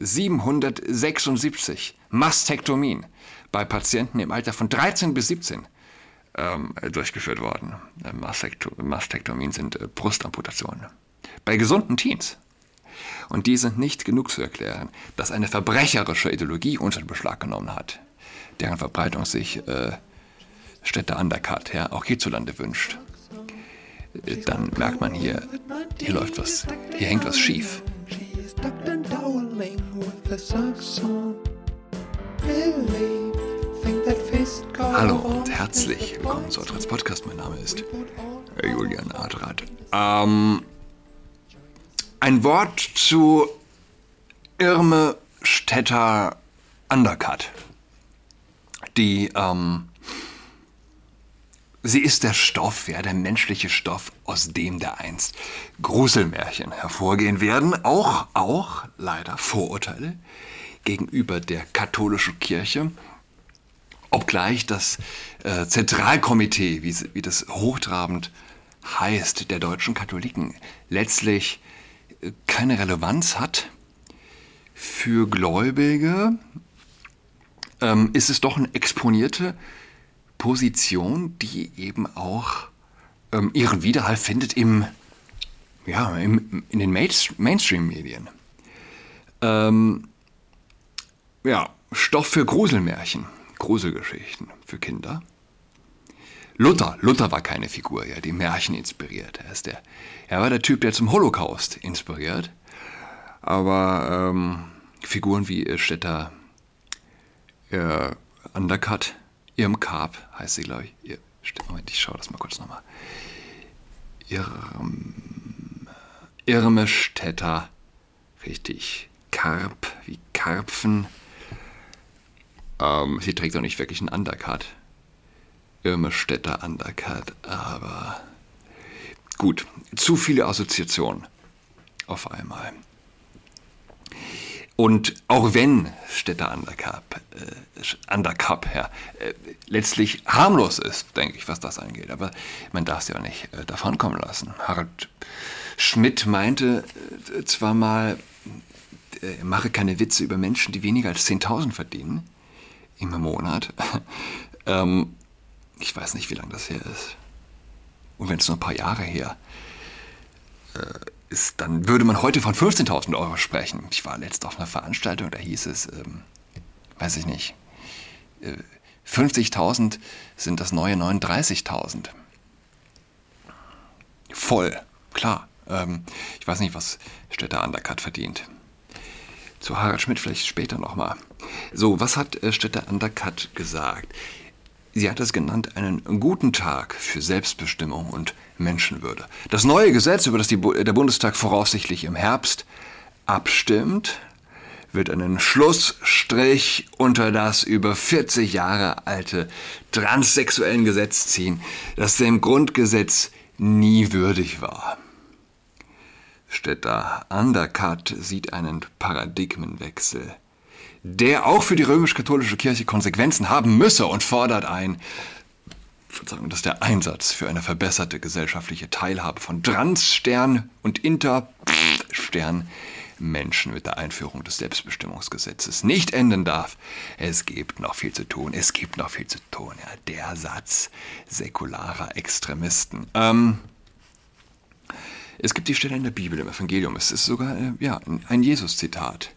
776 Mastektomien bei Patienten im Alter von 13 bis 17 durchgeführt worden. Mastektomien sind Brustamputationen. Bei gesunden Teens. Und die sind nicht genug zu erklären, dass eine verbrecherische Ideologie unter den Beschlag genommen hat, deren Verbreitung sich Städte Undercut auch hierzulande wünscht. Dann merkt man hier läuft was, hier hängt was schief. Hallo und herzlich willkommen zu Adrats Podcast. Mein Name ist Julian Adrat. Ein Wort zu Irme Stetter Undercut. Sie ist der Stoff, der menschliche Stoff, aus dem dereinst Gruselmärchen hervorgehen werden. Auch leider Vorurteile gegenüber der katholischen Kirche. Obgleich das Zentralkomitee, wie das hochtrabend heißt, der deutschen Katholiken, letztlich keine Relevanz hat für Gläubige, ist es doch eine exponierte Position, die eben auch ihren Widerhall findet in den Mainstream-Medien. Stoff für Gruselmärchen, Gruselgeschichten für Kinder. Luther war keine Figur, die Märchen inspiriert. Er war der Typ, der zum Holocaust inspiriert. Aber Figuren wie Stetter Undercut, Irm Karp heißt sie, glaube ich. Moment, ich schaue das mal kurz nochmal. Irme Stetter, richtig. Karp, wie Karpfen. Sie trägt auch nicht wirklich einen Undercut. Irme Stetter Undercut, aber gut, zu viele Assoziationen auf einmal. Und auch wenn Stetter Undercup letztlich harmlos ist, denke ich, was das angeht, aber man darf es ja auch nicht davon kommen lassen. Harald Schmidt meinte zwar mal, er mache keine Witze über Menschen, die weniger als 10.000 verdienen im Monat. Ich weiß nicht, wie lange das her ist. Und wenn es nur ein paar Jahre her ist, dann würde man heute von 15.000 Euro sprechen. Ich war letzt auf einer Veranstaltung, da hieß es, 50.000 sind das neue 39.000. Voll, klar. Ich weiß nicht, was Stetter Undercut verdient. Zu Harald Schmidt vielleicht später nochmal. So, was hat Stetter Undercut gesagt? Sie hat es genannt, einen guten Tag für Selbstbestimmung und Menschenwürde. Das neue Gesetz, über das der Bundestag voraussichtlich im Herbst abstimmt, wird einen Schlussstrich unter das über 40 Jahre alte transsexuellen Gesetz ziehen, das dem Grundgesetz nie würdig war. Stetter Undercut sieht einen Paradigmenwechsel, der auch für die römisch-katholische Kirche Konsequenzen haben müsse, und fordert dass der Einsatz für eine verbesserte gesellschaftliche Teilhabe von Trans-Stern- und Inter-Stern-Menschen mit der Einführung des Selbstbestimmungsgesetzes nicht enden darf. Es gibt noch viel zu tun. Der Satz säkularer Extremisten. Es gibt die Stelle in der Bibel, im Evangelium. Es ist sogar ein Jesus-Zitat.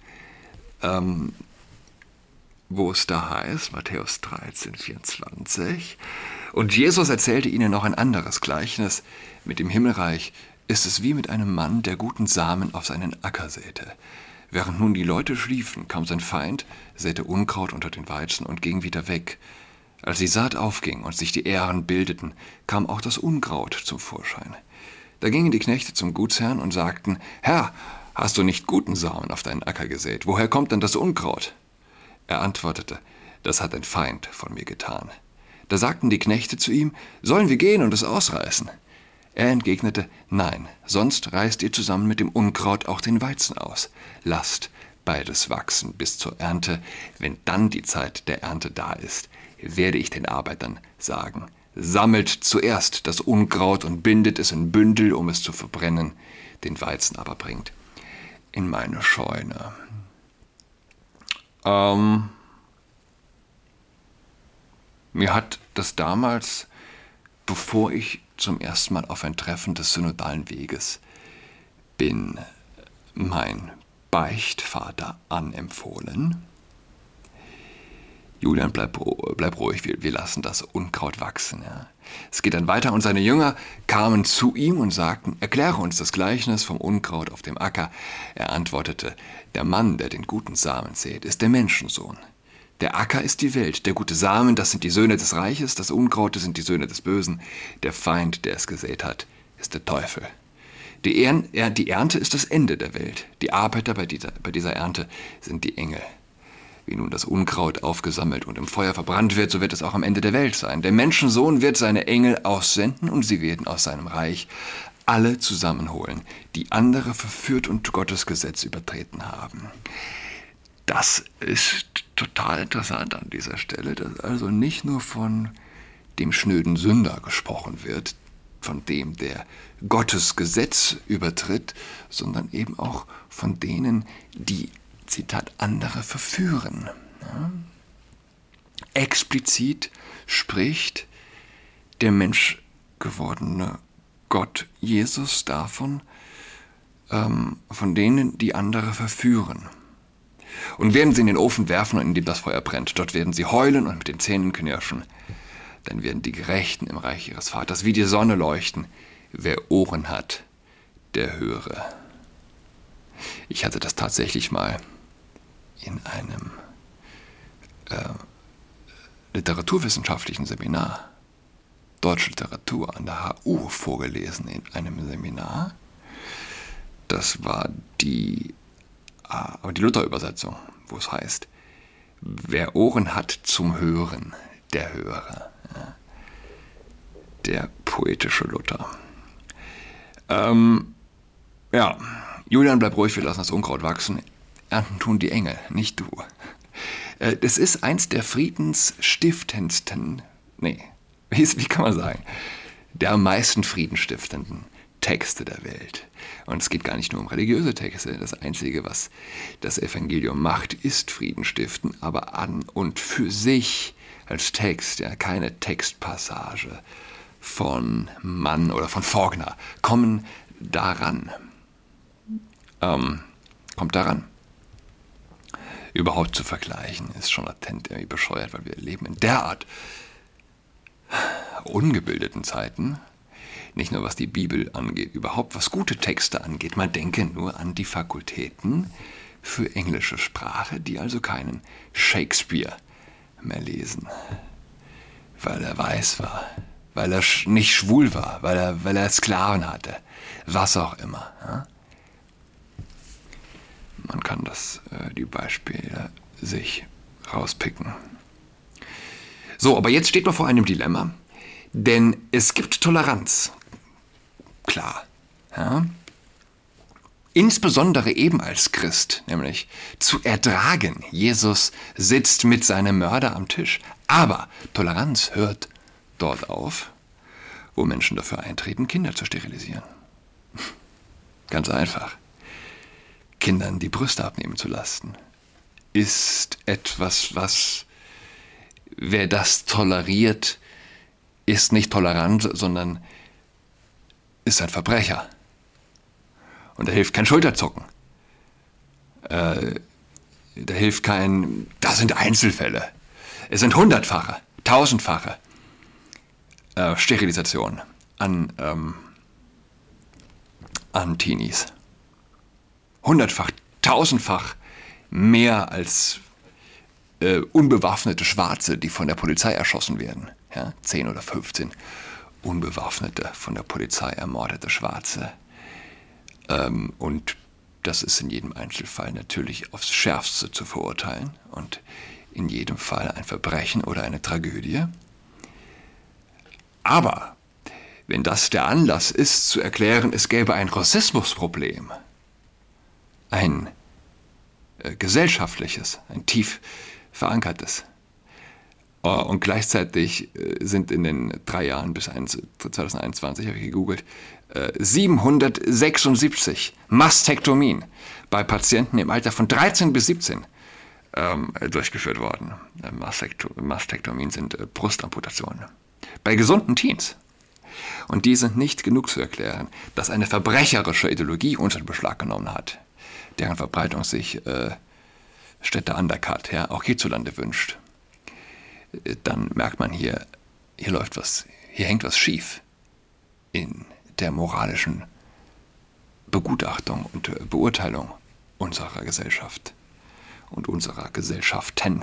Wo es da heißt, Matthäus 13, 24, und Jesus erzählte ihnen noch ein anderes Gleichnis. Mit dem Himmelreich ist es wie mit einem Mann, der guten Samen auf seinen Acker säte. Während nun die Leute schliefen, kam sein Feind, säte Unkraut unter den Weizen und ging wieder weg. Als die Saat aufging und sich die Ähren bildeten, kam auch das Unkraut zum Vorschein. Da gingen die Knechte zum Gutsherrn und sagten: Herr, hast du nicht guten Samen auf deinen Acker gesät? Woher kommt denn das Unkraut? Er antwortete: Das hat ein Feind von mir getan. Da sagten die Knechte zu ihm: Sollen wir gehen und es ausreißen? Er entgegnete: Nein, sonst reißt ihr zusammen mit dem Unkraut auch den Weizen aus. Lasst beides wachsen bis zur Ernte. Wenn dann die Zeit der Ernte da ist, werde ich den Arbeitern sagen: Sammelt zuerst das Unkraut und bindet es in Bündel, um es zu verbrennen. Den Weizen aber bringt in meine Scheune. Mir hat das damals, bevor ich zum ersten Mal auf ein Treffen des synodalen Weges bin, mein Beichtvater anempfohlen. Julian, bleib ruhig, wir lassen das Unkraut wachsen. Ja. Es geht dann weiter und seine Jünger kamen zu ihm und sagten, erkläre uns das Gleichnis vom Unkraut auf dem Acker. Er antwortete, der Mann, der den guten Samen sät, ist der Menschensohn. Der Acker ist die Welt, der gute Samen, das sind die Söhne des Reiches, das Unkraut, das sind die Söhne des Bösen. Der Feind, der es gesät hat, ist der Teufel. Die Ernte ist das Ende der Welt. Die Arbeiter bei dieser Ernte sind die Engel. Wie nun das Unkraut aufgesammelt und im Feuer verbrannt wird, so wird es auch am Ende der Welt sein. Der Menschensohn wird seine Engel aussenden und sie werden aus seinem Reich alle zusammenholen, die andere verführt und Gottes Gesetz übertreten haben. Das ist total interessant an dieser Stelle, dass also nicht nur von dem schnöden Sünder gesprochen wird, von dem, der Gottes Gesetz übertritt, sondern eben auch von denen, die, Zitat, andere verführen. Ja. Explizit spricht der menschgewordene Gott Jesus davon, von denen, die andere verführen. Und werden sie in den Ofen werfen, in dem das Feuer brennt. Dort werden sie heulen und mit den Zähnen knirschen. Dann werden die Gerechten im Reich ihres Vaters wie die Sonne leuchten. Wer Ohren hat, der höre. Ich hatte das tatsächlich mal in einem literaturwissenschaftlichen Seminar, Deutsche Literatur an der HU, vorgelesen in einem Seminar. Das war die Luther-Übersetzung, wo es heißt, wer Ohren hat zum Hören, der höre. Ja. Der poetische Luther. Julian, bleib ruhig, wir lassen das Unkraut wachsen. Ernten tun die Engel, nicht du. Das ist eins der friedensstiftendsten, wie kann man sagen, der am meisten friedenstiftenden Texte der Welt. Und es geht gar nicht nur um religiöse Texte. Das Einzige, was das Evangelium macht, ist Frieden stiften, aber an und für sich als Text, ja, keine Textpassage von Mann oder von Faulkner, kommt daran. Überhaupt zu vergleichen, ist schon latent irgendwie bescheuert, weil wir leben in derart ungebildeten Zeiten. Nicht nur was die Bibel angeht, überhaupt was gute Texte angeht. Man denke nur an die Fakultäten für englische Sprache, die also keinen Shakespeare mehr lesen, weil er weiß war, weil er nicht schwul war, weil er Sklaven hatte, was auch immer. Ja? Man kann die Beispiele sich rauspicken. So, aber jetzt steht man vor einem Dilemma, denn es gibt Toleranz. Klar. Ja? Insbesondere eben als Christ, nämlich zu ertragen. Jesus sitzt mit seinem Mörder am Tisch. Aber Toleranz hört dort auf, wo Menschen dafür eintreten, Kinder zu sterilisieren. Ganz einfach. Kindern die Brüste abnehmen zu lassen, ist etwas, wer das toleriert, ist nicht tolerant, sondern ist ein Verbrecher. Und da hilft kein Schulterzucken. Da hilft kein, das sind Einzelfälle. Es sind hundertfache, tausendfache Sterilisationen an Teenies. Hundertfach, tausendfach mehr als unbewaffnete Schwarze, die von der Polizei erschossen werden. Ja, 10 oder 15 unbewaffnete, von der Polizei ermordete Schwarze. Und das ist in jedem Einzelfall natürlich aufs Schärfste zu verurteilen und in jedem Fall ein Verbrechen oder eine Tragödie. Aber wenn das der Anlass ist, zu erklären, es gäbe ein Rassismusproblem, ein gesellschaftliches, ein tief verankertes, und gleichzeitig sind in den 3 Jahren bis 2021, habe ich gegoogelt, 776 Mastektomien bei Patienten im Alter von 13 bis 17 durchgeführt worden. Mastektomien sind Brustamputationen. Bei gesunden Teens. Und die sind nicht genug zu erklären, dass eine verbrecherische Ideologie unter den Beschlag genommen hat, deren Verbreitung sich Städte Undercut, ja, auch hierzulande wünscht. Dann merkt man hier läuft was, hier hängt was schief in der moralischen Begutachtung und Beurteilung unserer Gesellschaft und unserer Gesellschaften.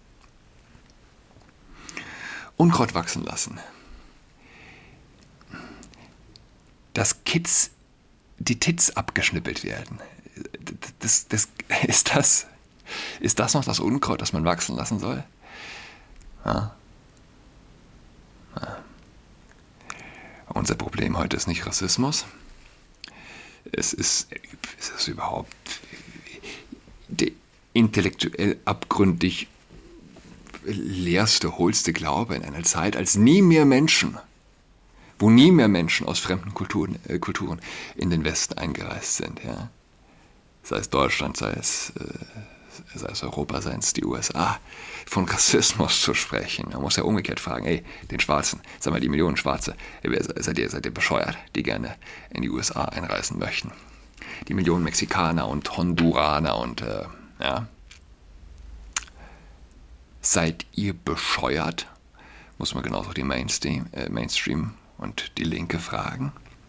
Unkraut wachsen lassen. Dass Kids die Tits abgeschnippelt werden. Ist das noch das Unkraut, das man wachsen lassen soll? Ja. Ja. Unser Problem heute ist nicht Rassismus. Es ist überhaupt der intellektuell abgründig leerste, hohlste Glaube in einer Zeit, als wo nie mehr Menschen aus fremden Kulturen in den Westen eingereist sind. Ja? Sei es Deutschland, sei es Europa, sei es die USA, von Rassismus zu sprechen. Man muss ja umgekehrt fragen, den Schwarzen, sag mal, die Millionen Schwarze, seid ihr bescheuert, die gerne in die USA einreisen möchten? Die Millionen Mexikaner und Honduraner und, seid ihr bescheuert? Muss man genauso die Mainstream und die Linke fragen.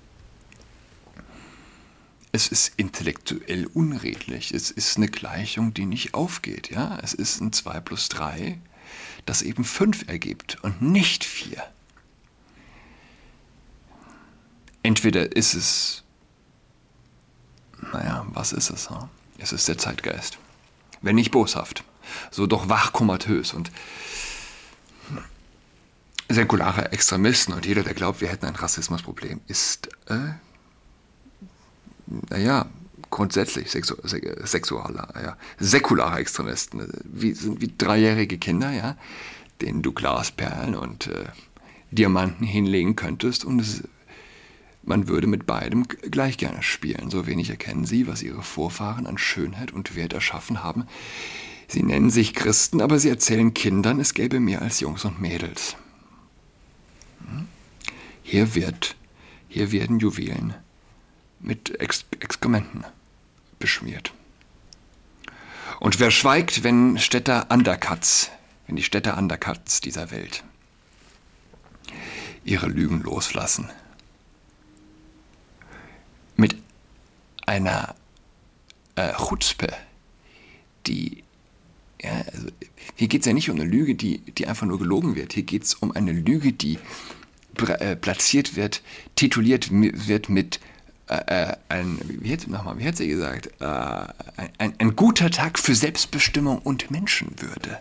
Es ist intellektuell unredlich. Es ist eine Gleichung, die nicht aufgeht. Ja? Es ist ein 2 + 3, das eben 5 ergibt und nicht 4. Entweder ist es, was ist es? Es ist der Zeitgeist. Wenn nicht boshaft, so doch wachkomatös und säkulare Extremisten und jeder, der glaubt, wir hätten ein Rassismusproblem, ist grundsätzlich säkulare Extremisten, sind wie 3-jährige Kinder, ja, denen du Glasperlen und Diamanten hinlegen könntest und man würde mit beidem gleich gerne spielen. So wenig erkennen sie, was ihre Vorfahren an Schönheit und Wert erschaffen haben. Sie nennen sich Christen, aber sie erzählen Kindern, es gäbe mehr als Jungs und Mädels. Hier werden Juwelen mit Exkrementen beschmiert. Und wer schweigt, wenn die Städter Undercuts dieser Welt ihre Lügen loslassen, mit einer Chutzpe, die, also hier geht es ja nicht um eine Lüge, die einfach nur gelogen wird, hier geht es um eine Lüge, die platziert wird, tituliert wird mit wie hat sie gesagt, ein guter Tag für Selbstbestimmung und Menschenwürde.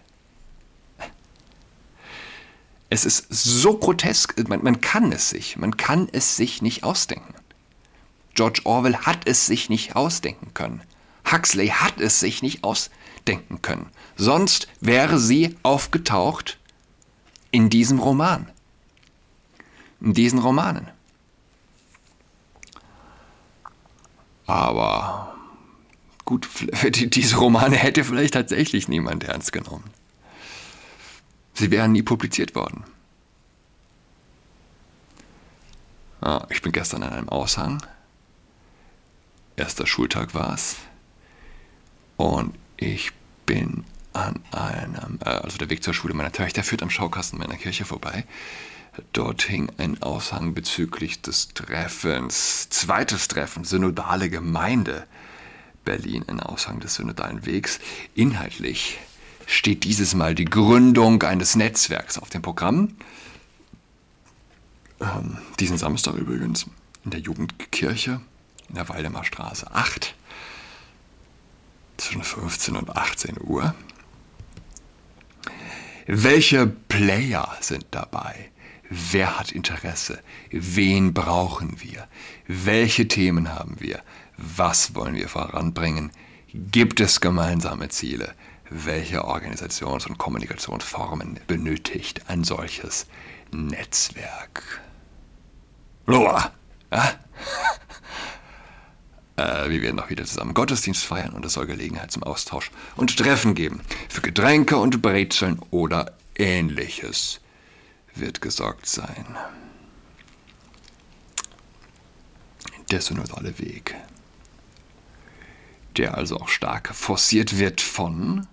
Es ist so grotesk, man kann es sich nicht ausdenken. George Orwell hat es sich nicht ausdenken können. Huxley hat es sich nicht ausdenken können. Sonst wäre sie aufgetaucht in diesem Roman. In diesen Romanen. Aber gut, diese Romane hätte vielleicht tatsächlich niemand ernst genommen. Sie wären nie publiziert worden. Ich bin gestern an einem Aushang. Erster Schultag war es. Und ich bin an einem, also der Weg zur Schule meiner Töchter führt am Schaukasten meiner Kirche vorbei. Dort hing ein Aushang bezüglich des Treffens, zweites Treffen, Synodale Gemeinde Berlin, ein Aushang des Synodalen Wegs. Inhaltlich steht dieses Mal die Gründung eines Netzwerks auf dem Programm. Diesen Samstag übrigens in der Jugendkirche in der Waldemarstraße 8 zwischen 15 und 18 Uhr. Welche Player sind dabei? Wer hat Interesse? Wen brauchen wir? Welche Themen haben wir? Was wollen wir voranbringen? Gibt es gemeinsame Ziele? Welche Organisations- und Kommunikationsformen benötigt ein solches Netzwerk? Loa! Ja? Wir werden auch wieder zusammen Gottesdienst feiern und es soll Gelegenheit zum Austausch und Treffen geben. Für Getränke und Brezeln oder Ähnliches wird gesorgt sein. Der synodale Weg, der also auch stark forciert wird von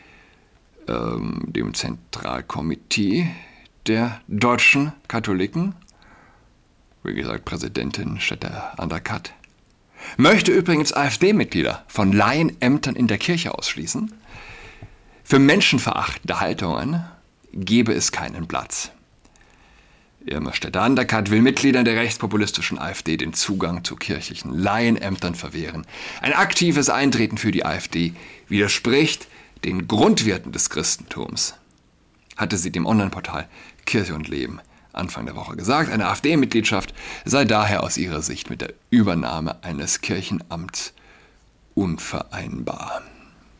dem Zentralkomitee der deutschen Katholiken, wie gesagt Präsidentin Stetter-Anderkat, möchte übrigens AfD-Mitglieder von Laienämtern in der Kirche ausschließen. Für menschenverachtende Haltungen gebe es keinen Platz. Irma Stetter-Anderkat will Mitgliedern der rechtspopulistischen AfD den Zugang zu kirchlichen Laienämtern verwehren. Ein aktives Eintreten für die AfD widerspricht den Grundwerten des Christentums, hatte sie dem Online-Portal Kirche und Leben Anfang der Woche gesagt. Eine AfD-Mitgliedschaft sei daher aus ihrer Sicht mit der Übernahme eines Kirchenamts unvereinbar.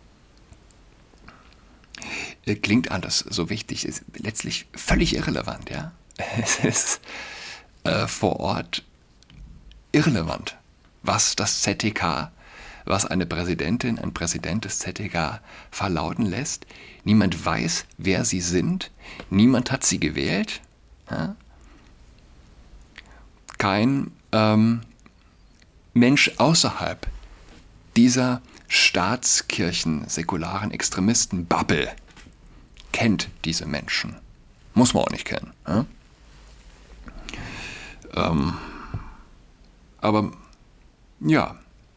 Klingt alles so wichtig, ist letztlich völlig irrelevant, ja? Es ist vor Ort irrelevant, was das ZTK, was eine Präsidentin, ein Präsident des ZTK verlauten lässt. Niemand weiß, wer sie sind. Niemand hat sie gewählt. Ja? Kein Mensch außerhalb dieser Staatskirchen-säkularen Extremisten-Bubble kennt diese Menschen. Muss man auch nicht kennen. Ja? Aber ja,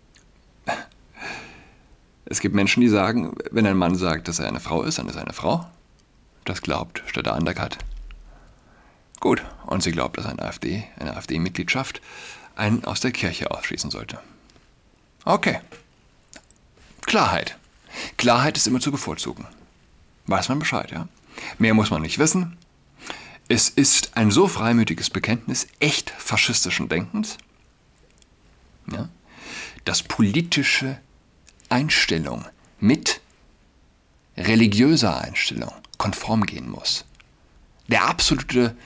es gibt Menschen, die sagen, wenn ein Mann sagt, dass er eine Frau ist, dann ist er eine Frau. Das glaubt Stetter-Anderkat. Gut, und sie glaubt, dass eine AfD-Mitgliedschaft einen aus der Kirche ausschließen sollte. Okay. Klarheit. Klarheit ist immer zu bevorzugen. Weiß man Bescheid, ja? Mehr muss man nicht wissen. Es ist ein so freimütiges Bekenntnis echt faschistischen Denkens, ja, dass politische Einstellung mit religiöser Einstellung konform gehen muss. Der absolute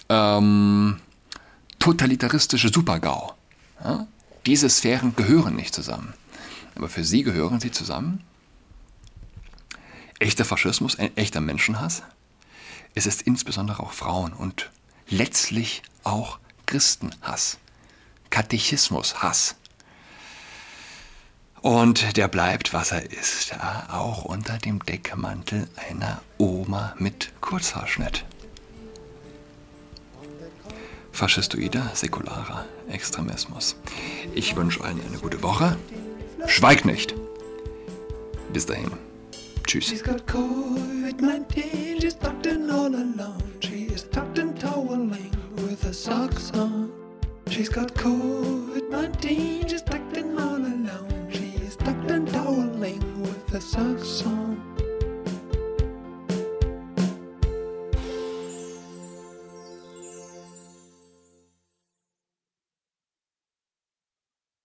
totalitaristische Super-GAU. Ja? Diese Sphären gehören nicht zusammen. Aber für sie gehören sie zusammen. Echter Faschismus, ein echter Menschenhass. Es ist insbesondere auch Frauen- und letztlich auch Christenhass. Katechismushass. Und der bleibt, was er ist, ja, auch unter dem Deckmantel einer Oma mit Kurzhaarschnitt. Faschistoider, säkularer Extremismus. Ich wünsche allen eine gute Woche. Schweigt nicht. Bis dahin. Tschüss. She's got COVID-19, she's tucked in all alone. She is tucked in toweling with her socks on. She's got COVID-19, she's tucked in all alone. She is tucked in toweling with her socks on.